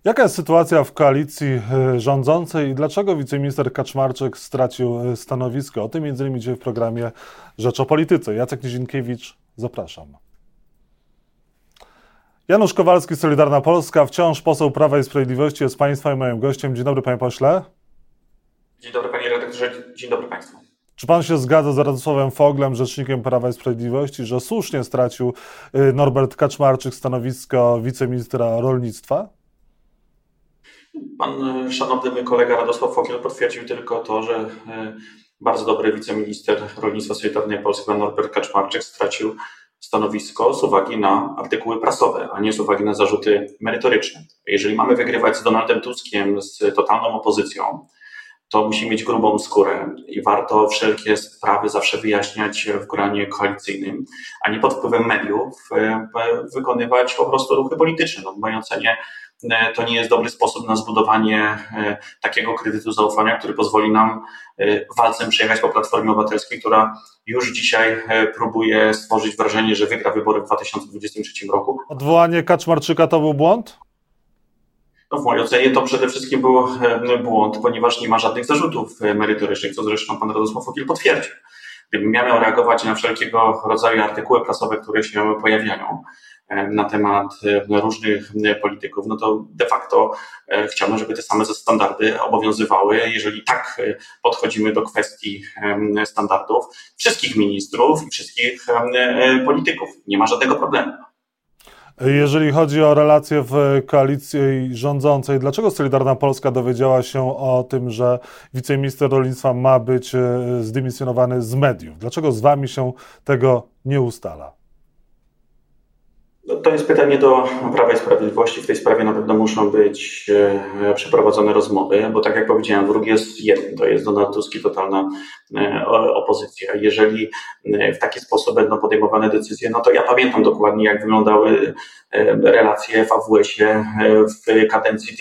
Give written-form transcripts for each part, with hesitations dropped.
Jaka jest sytuacja w koalicji rządzącej i dlaczego wiceminister Kaczmarczyk stracił stanowisko? O tym między innymi dzisiaj w programie Rzecz o Polityce. Jacek Nizinkiewicz, zapraszam. Janusz Kowalski, Solidarna Polska, wciąż poseł Prawa i Sprawiedliwości, jest Państwa i moim gościem. Dzień dobry, panie pośle. Dzień dobry, panie redaktorze. Dzień dobry państwu. Czy pan się zgadza z Radosławem Foglem, rzecznikiem Prawa i Sprawiedliwości, że słusznie stracił Norbert Kaczmarczyk stanowisko wiceministra rolnictwa? Pan szanowny mój kolega Radosław Fogiel potwierdził tylko to, że bardzo dobry wiceminister rolnictwa Solidarnej Polski, pan Norbert Kaczmarczyk, stracił stanowisko z uwagi na artykuły prasowe, a nie z uwagi na zarzuty merytoryczne. Jeżeli mamy wygrywać z Donaldem Tuskiem, z totalną opozycją, to musi mieć grubą skórę i warto wszelkie sprawy zawsze wyjaśniać w gronie koalicyjnym, a nie pod wpływem mediów wykonywać po prostu ruchy polityczne. No, w mojej ocenie to nie jest dobry sposób na zbudowanie takiego kredytu zaufania, który pozwoli nam walcem przejechać po Platformie Obywatelskiej, która już dzisiaj próbuje stworzyć wrażenie, że wygra wybory w 2023 roku. Odwołanie Kaczmarczyka to był błąd? No, w mojej ocenie to przede wszystkim był błąd, ponieważ nie ma żadnych zarzutów merytorycznych, co zresztą pan Radosław Fogiel potwierdził. Gdybym ja miał reagować na wszelkiego rodzaju artykuły prasowe, które się pojawiają na temat różnych polityków, no to de facto chciałbym, żeby te same standardy obowiązywały, jeżeli tak podchodzimy do kwestii standardów wszystkich ministrów i wszystkich polityków. Nie ma żadnego problemu. Jeżeli chodzi o relacje w koalicji rządzącej, dlaczego Solidarna Polska dowiedziała się o tym, że wiceminister rolnictwa ma być zdymisjonowany z mediów? Dlaczego z wami się tego nie ustala? To jest pytanie do Prawa i Sprawiedliwości. W tej sprawie na pewno muszą być przeprowadzone rozmowy, bo tak jak powiedziałem, wróg jest jeden, to jest Donald Tusk i totalna opozycja. Jeżeli w taki sposób będą podejmowane decyzje, no to ja pamiętam dokładnie, jak wyglądały relacje w AWS-ie w kadencji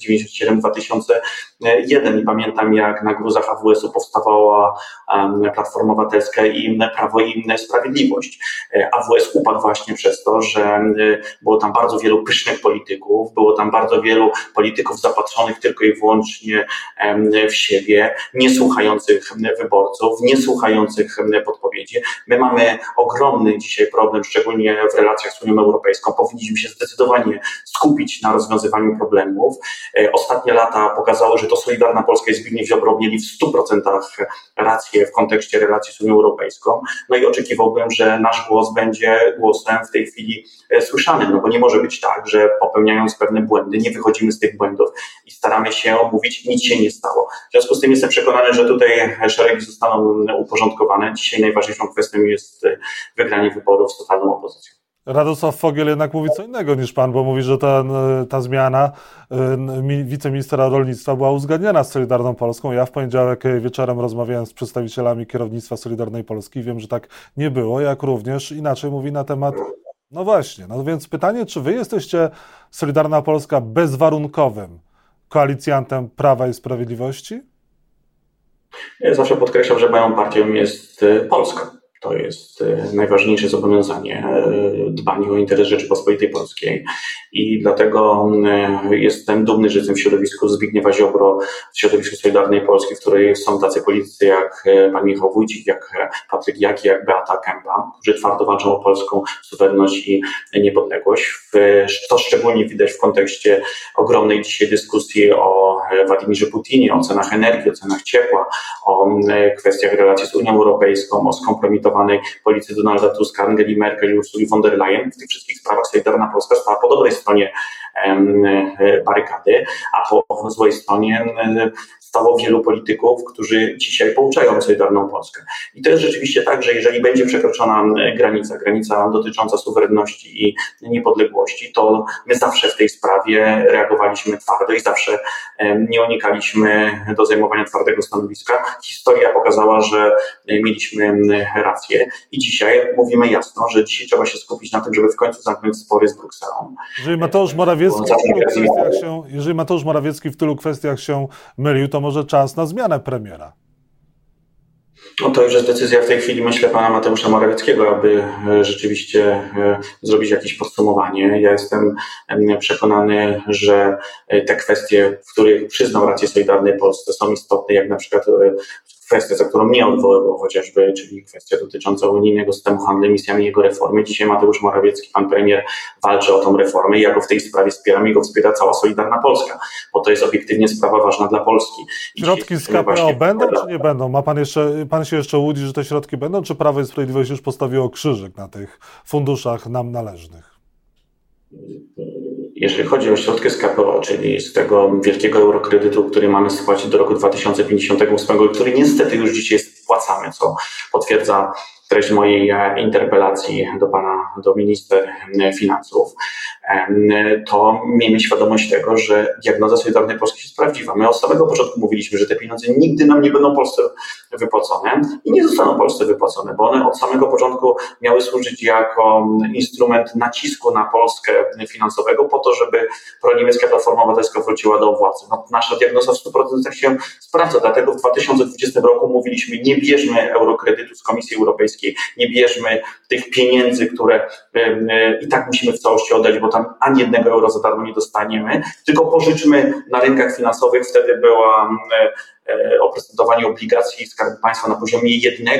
1997-2001 i pamiętam, jak na gruzach AWS-u powstawała Platforma Obywatelska i Prawo i Sprawiedliwość. AWS upadł właśnie przez to, że było tam bardzo wielu pysznych polityków, było tam bardzo wielu polityków zapatrzonych tylko i wyłącznie w siebie, nie słuchających wyborców, nie słuchających podpowiedzi. My mamy ogromny dzisiaj problem, szczególnie w relacjach z Unią Europejską. Powinniśmy się zdecydowanie skupić na rozwiązywaniu problemów. Ostatnie lata pokazały, że to Solidarna Polska i Zbigniew Ziobro mieli w 100% rację w kontekście relacji z Unią Europejską. No i oczekiwałbym, że nasz głos będzie głosem w tej chwili słyszanym, no bo nie może być tak, że popełniając pewne błędy, nie wychodzimy z tych błędów i staramy się mówić, nic się nie stało. W związku z tym jestem przekonany, że tutaj szeregi zostaną uporządkowane. Dzisiaj najważniejszą kwestią jest wygranie wyborów z totalną opozycją. Radosław Fogiel jednak mówi co innego niż pan, bo mówi, że ta zmiana wiceministra rolnictwa była uzgadniana z Solidarną Polską. Ja w poniedziałek wieczorem rozmawiałem z przedstawicielami kierownictwa Solidarnej Polski i wiem, że tak nie było, jak również inaczej mówi na temat. No właśnie, no więc pytanie, czy wy jesteście, Solidarna Polska, bezwarunkowym koalicjantem Prawa i Sprawiedliwości? Ja zawsze podkreślam, że moją partią jest Polska. To jest najważniejsze zobowiązanie, dbanie o interes Rzeczypospolitej Polskiej i dlatego jestem dumny, że jestem w środowisku Zbigniewa Ziobro, w środowisku Solidarnej Polski, w której są tacy politycy jak pan Michał Wójcik, jak Patryk Jaki, jak Beata Kempa, którzy twardo walczą o polską suwerenność i niepodległość. To szczególnie widać w kontekście ogromnej dzisiaj dyskusji o Władimirze Putinie, o cenach energii, o cenach ciepła, o kwestiach relacji z Unią Europejską, o skompromitowanej polityce Donalda Tuska, Angeli Merkel i Ursuli von der Leyen. W tych wszystkich sprawach Solidarna Polska stała po dobrej stronie barykady, a po złej stronie stało wielu polityków, którzy dzisiaj pouczają Solidarną Polskę. I to jest rzeczywiście tak, że jeżeli będzie przekroczona granica dotycząca suwerenności i niepodległości, to my zawsze w tej sprawie reagowaliśmy twardo i zawsze nie unikaliśmy do zajmowania twardego stanowiska. Historia pokazała, że mieliśmy rację i dzisiaj mówimy jasno, że dzisiaj trzeba się skupić na tym, żeby w końcu zamknąć spory z Brukselą. Jeżeli Mateusz Morawiecki w tylu kwestiach się mylił, to może czas na zmianę premiera. No to już jest decyzja w tej chwili, myślę, pana Mateusza Morawieckiego, aby rzeczywiście zrobić jakieś podsumowanie. Ja jestem przekonany, że te kwestie, w których przyznał rację Solidarnej Polsce, są istotne, jak na przykład kwestia, za którą nie odwoływał chociażby, czyli kwestia dotycząca unijnego systemu handlu emisjami i jego reformy. Dzisiaj Mateusz Morawiecki, pan premier, walczy o tą reformę i ja go w tej sprawie wspieram i go wspiera cała Solidarna Polska, bo to jest obiektywnie sprawa ważna dla Polski. Środki z KPO będą czy nie będą? Pan się jeszcze łudzi, że te środki będą, czy Prawo i Sprawiedliwość już postawiło krzyżyk na tych funduszach nam należnych? Jeżeli chodzi o środki z KPO, czyli z tego wielkiego eurokredytu, który mamy spłacić do roku 2058 i który niestety już dzisiaj spłacamy, co potwierdza treść mojej interpelacji do minister finansów, to miejmy świadomość tego, że diagnoza Solidarnej Polski się sprawdziła. My od samego początku mówiliśmy, że te pieniądze nigdy nam nie będą Polsce wypłacone i nie zostaną Polsce wypłacone, bo one od samego początku miały służyć jako instrument nacisku na Polskę finansowego po to, żeby proniemiecka Platforma Obywatelska wróciła do władzy. No, nasza diagnoza w 100% się sprawdza, dlatego w 2020 roku mówiliśmy, nie bierzmy eurokredytu z Komisji Europejskiej, nie bierzmy tych pieniędzy, które i tak musimy w całości oddać, bo tam ani jednego euro za darmo nie dostaniemy, tylko pożyczmy na rynkach finansowych. Wtedy była oprocentowanie obligacji Skarbu Państwa na poziomie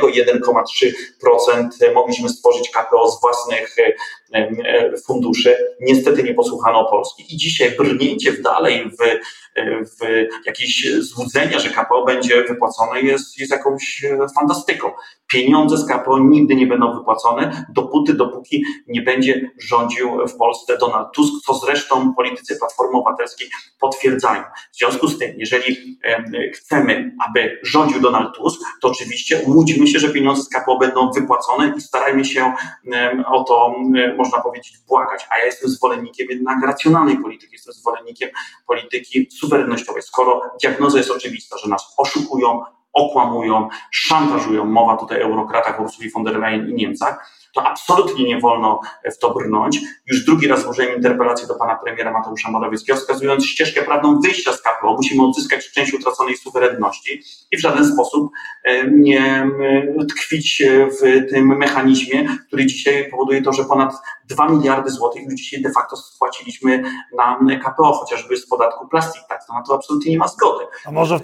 1,3%. Mogliśmy stworzyć KPO z własnych funduszy. Niestety nie posłuchano Polski. I dzisiaj brnięcie dalej w jakieś złudzenia, że KPO będzie wypłacone jest jakąś fantastyką. Pieniądze z KPO nigdy nie będą wypłacone, dopóki nie będzie rządził w Polsce Donald Tusk, co zresztą politycy Platformy Obywatelskiej potwierdzają. W związku z tym, jeżeli chcemy, aby rządził Donald Tusk, to oczywiście łudźmy się, że pieniądze z KPO będą wypłacone i starajmy się o to, można powiedzieć, błagać. A ja jestem zwolennikiem jednak racjonalnej polityki, jestem zwolennikiem polityki suwerennościowej. Skoro diagnoza jest oczywista, że nas oszukują, okłamują, szantażują, mowa tutaj o eurokratach Ursuli von der Leyen i Niemcach, to absolutnie nie wolno w to brnąć. Już drugi raz złożyłem interpelację do pana premiera Mateusza Morawieckiego, wskazując ścieżkę prawną wyjścia z KPO. Musimy odzyskać część utraconej suwerenności i w żaden sposób nie tkwić w tym mechanizmie, który dzisiaj powoduje to, że ponad 2 miliardy złotych już dzisiaj de facto spłaciliśmy na KPO, chociażby z podatku plastik. Tak, to na to absolutnie nie ma zgody. A może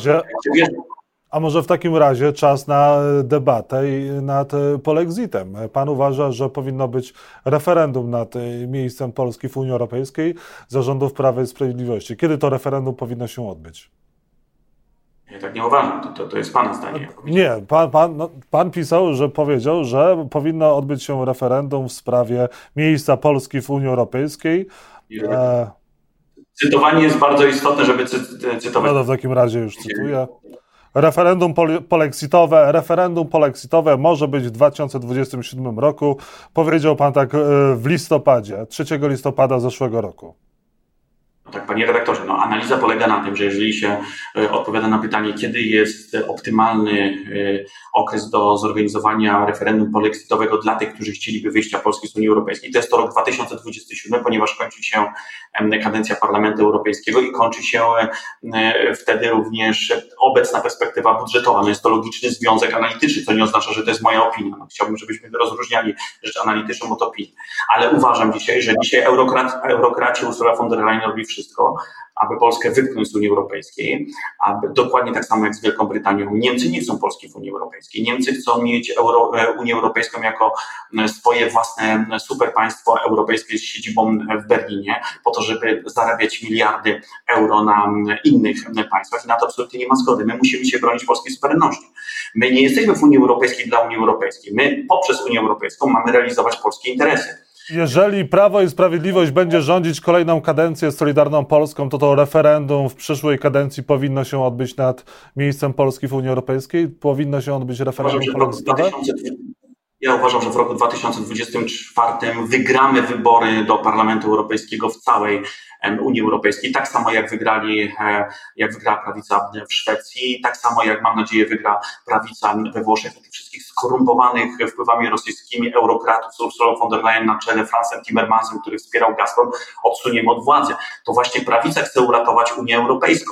w takim razie czas na debatę nad polexitem. Pan uważa, że powinno być referendum nad miejscem Polski w Unii Europejskiej za rządów Prawa i Sprawiedliwości. Kiedy to referendum powinno się odbyć? Ja tak nie uważam, to jest pana zdanie. Nie, pan pisał, że powiedział, że powinno odbyć się referendum w sprawie miejsca Polski w Unii Europejskiej. Cytowanie jest bardzo istotne, żeby cytować. No to w takim razie już cytuję. Referendum polexitowe może być w 2027 roku. Powiedział pan tak w listopadzie, 3 listopada zeszłego roku. No tak, panie redaktorze, analiza polega na tym, że jeżeli się odpowiada na pytanie, kiedy jest optymalny okres do zorganizowania referendum polexitowego dla tych, którzy chcieliby wyjścia Polski z Unii Europejskiej, to jest to rok 2027, ponieważ kończy się kadencja Parlamentu Europejskiego i kończy się wtedy również obecna perspektywa budżetowa. No jest to logiczny związek analityczny, co nie oznacza, że to jest moja opinia. Chciałbym, żebyśmy rozróżniali rzecz analityczną od opinii. Ale uważam dzisiaj, że eurokraci Ursula von der Leyen robi wszystko, aby Polskę wypchnąć z Unii Europejskiej, aby dokładnie tak samo jak z Wielką Brytanią. Niemcy nie chcą Polski w Unii Europejskiej. Niemcy chcą mieć Unię Europejską jako swoje własne superpaństwo europejskie z siedzibą w Berlinie, po to, żeby zarabiać miliardy euro na innych państwach i na to absolutnie nie ma zgody. My musimy się bronić polskiej suwerenności. My nie jesteśmy w Unii Europejskiej dla Unii Europejskiej. My poprzez Unię Europejską mamy realizować polskie interesy. Jeżeli Prawo i Sprawiedliwość będzie rządzić kolejną kadencję z Solidarną Polską, to referendum w przyszłej kadencji powinno się odbyć nad miejscem Polski w Unii Europejskiej? Powinno się odbyć referendum polexitowe? Ja uważam, że w roku 2024 wygramy wybory do Parlamentu Europejskiego w całej Unii Europejskiej, tak samo jak wygrała prawica w Szwecji, tak samo jak, mam nadzieję, wygra prawica we Włoszech i tych wszystkich skorumpowanych wpływami rosyjskimi eurokratów z Ursulą von der Leyen na czele, Francem Timmermansem, który wspierał Gazprom, odsuniemy od władzy. To właśnie prawica chce uratować Unię Europejską.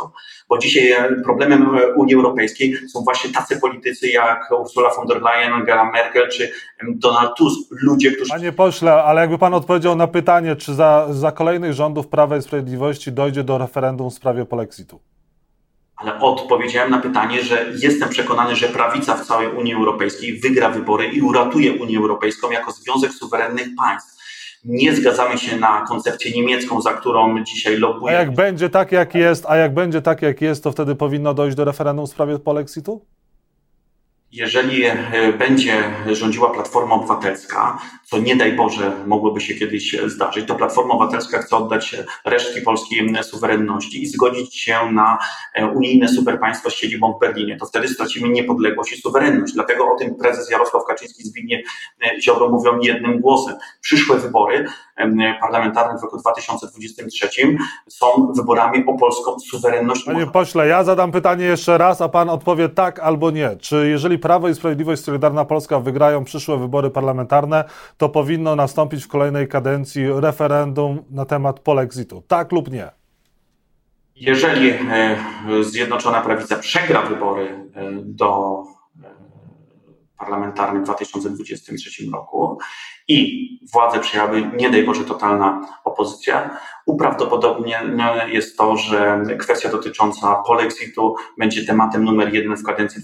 bo dzisiaj problemem Unii Europejskiej są właśnie tacy politycy jak Ursula von der Leyen, Angela Merkel czy Donald Tusk, ludzie, którzy... Panie pośle, ale jakby pan odpowiedział na pytanie, czy za kolejnych rządów Prawa i Sprawiedliwości dojdzie do referendum w sprawie polexitu? Ale odpowiedziałem na pytanie, że jestem przekonany, że prawica w całej Unii Europejskiej wygra wybory i uratuje Unię Europejską jako związek suwerennych państw. Nie zgadzamy się na koncepcję niemiecką, za którą dzisiaj lobbuje. A jak będzie tak jak jest, to wtedy powinno dojść do referendum w sprawie polexitu? Jeżeli będzie rządziła Platforma Obywatelska, co nie daj Boże mogłoby się kiedyś zdarzyć, to Platforma Obywatelska chce oddać resztki polskiej suwerenności i zgodzić się na unijne superpaństwo z siedzibą w Berlinie. To wtedy stracimy niepodległość i suwerenność. Dlatego o tym prezes Jarosław Kaczyński i Zbigniew Ziobro mówią jednym głosem. Przyszłe wybory parlamentarne w roku 2023 są wyborami o polską suwerenność. Panie pośle, ja zadam pytanie jeszcze raz, a pan odpowie tak albo nie. Czy jeżeli Prawo i Sprawiedliwość, Solidarna Polska wygrają przyszłe wybory parlamentarne, to powinno nastąpić w kolejnej kadencji referendum na temat polexitu? Tak lub nie? Jeżeli Zjednoczona Prawica przegra wybory do parlamentarnych w 2023 roku i władzę przejęłaby, nie daj Boże, totalna opozycja, uprawdopodobnione jest to, że kwestia dotycząca polexitu będzie tematem numer 1 w kadencji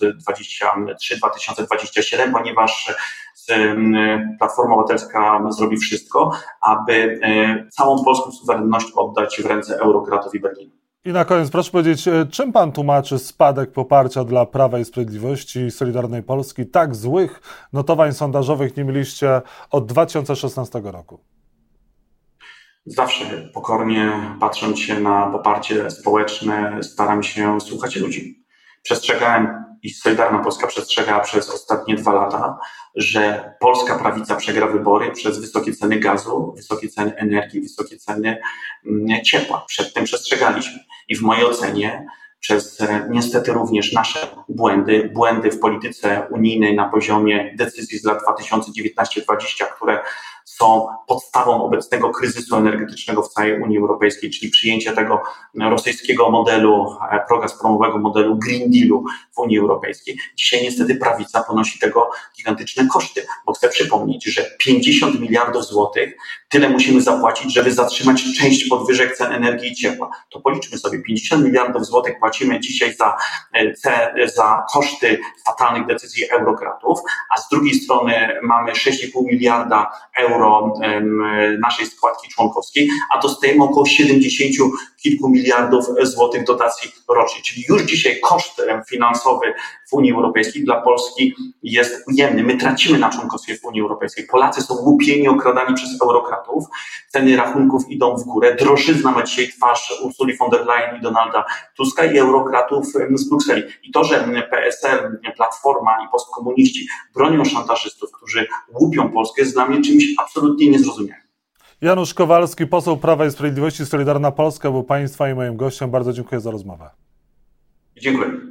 2023-2027, ponieważ Platforma Obywatelska zrobi wszystko, aby całą polską suwerenność oddać w ręce eurokratów i Berlinu. I na koniec proszę powiedzieć, czym pan tłumaczy spadek poparcia dla Prawa i Sprawiedliwości i Solidarnej Polski? Tak złych notowań sondażowych nie mieliście od 2016 roku. Zawsze pokornie patrząc się na poparcie społeczne, staram się słuchać ludzi. Przestrzegałem i Solidarna Polska przestrzegała przez ostatnie 2 lata, że polska prawica przegra wybory przez wysokie ceny gazu, wysokie ceny energii, wysokie ceny ciepła. Przed tym przestrzegaliśmy. I w mojej ocenie przez niestety również nasze błędy w polityce unijnej na poziomie decyzji z lat 2019-2020, które są podstawą obecnego kryzysu energetycznego w całej Unii Europejskiej, czyli przyjęcie tego rosyjskiego modelu, progazpromowego modelu Green Dealu w Unii Europejskiej. Dzisiaj niestety prawica ponosi tego gigantyczne koszty, bo chcę przypomnieć, że 50 miliardów złotych tyle musimy zapłacić, żeby zatrzymać część podwyżek cen energii i ciepła. To policzmy sobie, 50 miliardów złotych płacimy dzisiaj za koszty fatalnych decyzji eurokratów, a z drugiej strony mamy 6,5 miliarda euro naszej składki członkowskiej, a dostajemy około 70 kilku miliardów złotych dotacji rocznie. Czyli już dzisiaj koszt finansowy w Unii Europejskiej dla Polski jest ujemny. My tracimy na członkostwie w Unii Europejskiej. Polacy są łupieni, okradani przez eurokratów. Ceny rachunków idą w górę. Drożyzna ma dzisiaj twarz Ursuli von der Leyen i Donalda Tuska i eurokratów z Brukseli. I to, że PSL, Platforma i postkomuniści bronią szantażystów, którzy łupią Polskę, jest dla mnie czymś absolutnie niezrozumiałym. Janusz Kowalski, poseł Prawa i Sprawiedliwości, Solidarna Polska, był państwa i moim gościem. Bardzo dziękuję za rozmowę. Dziękuję.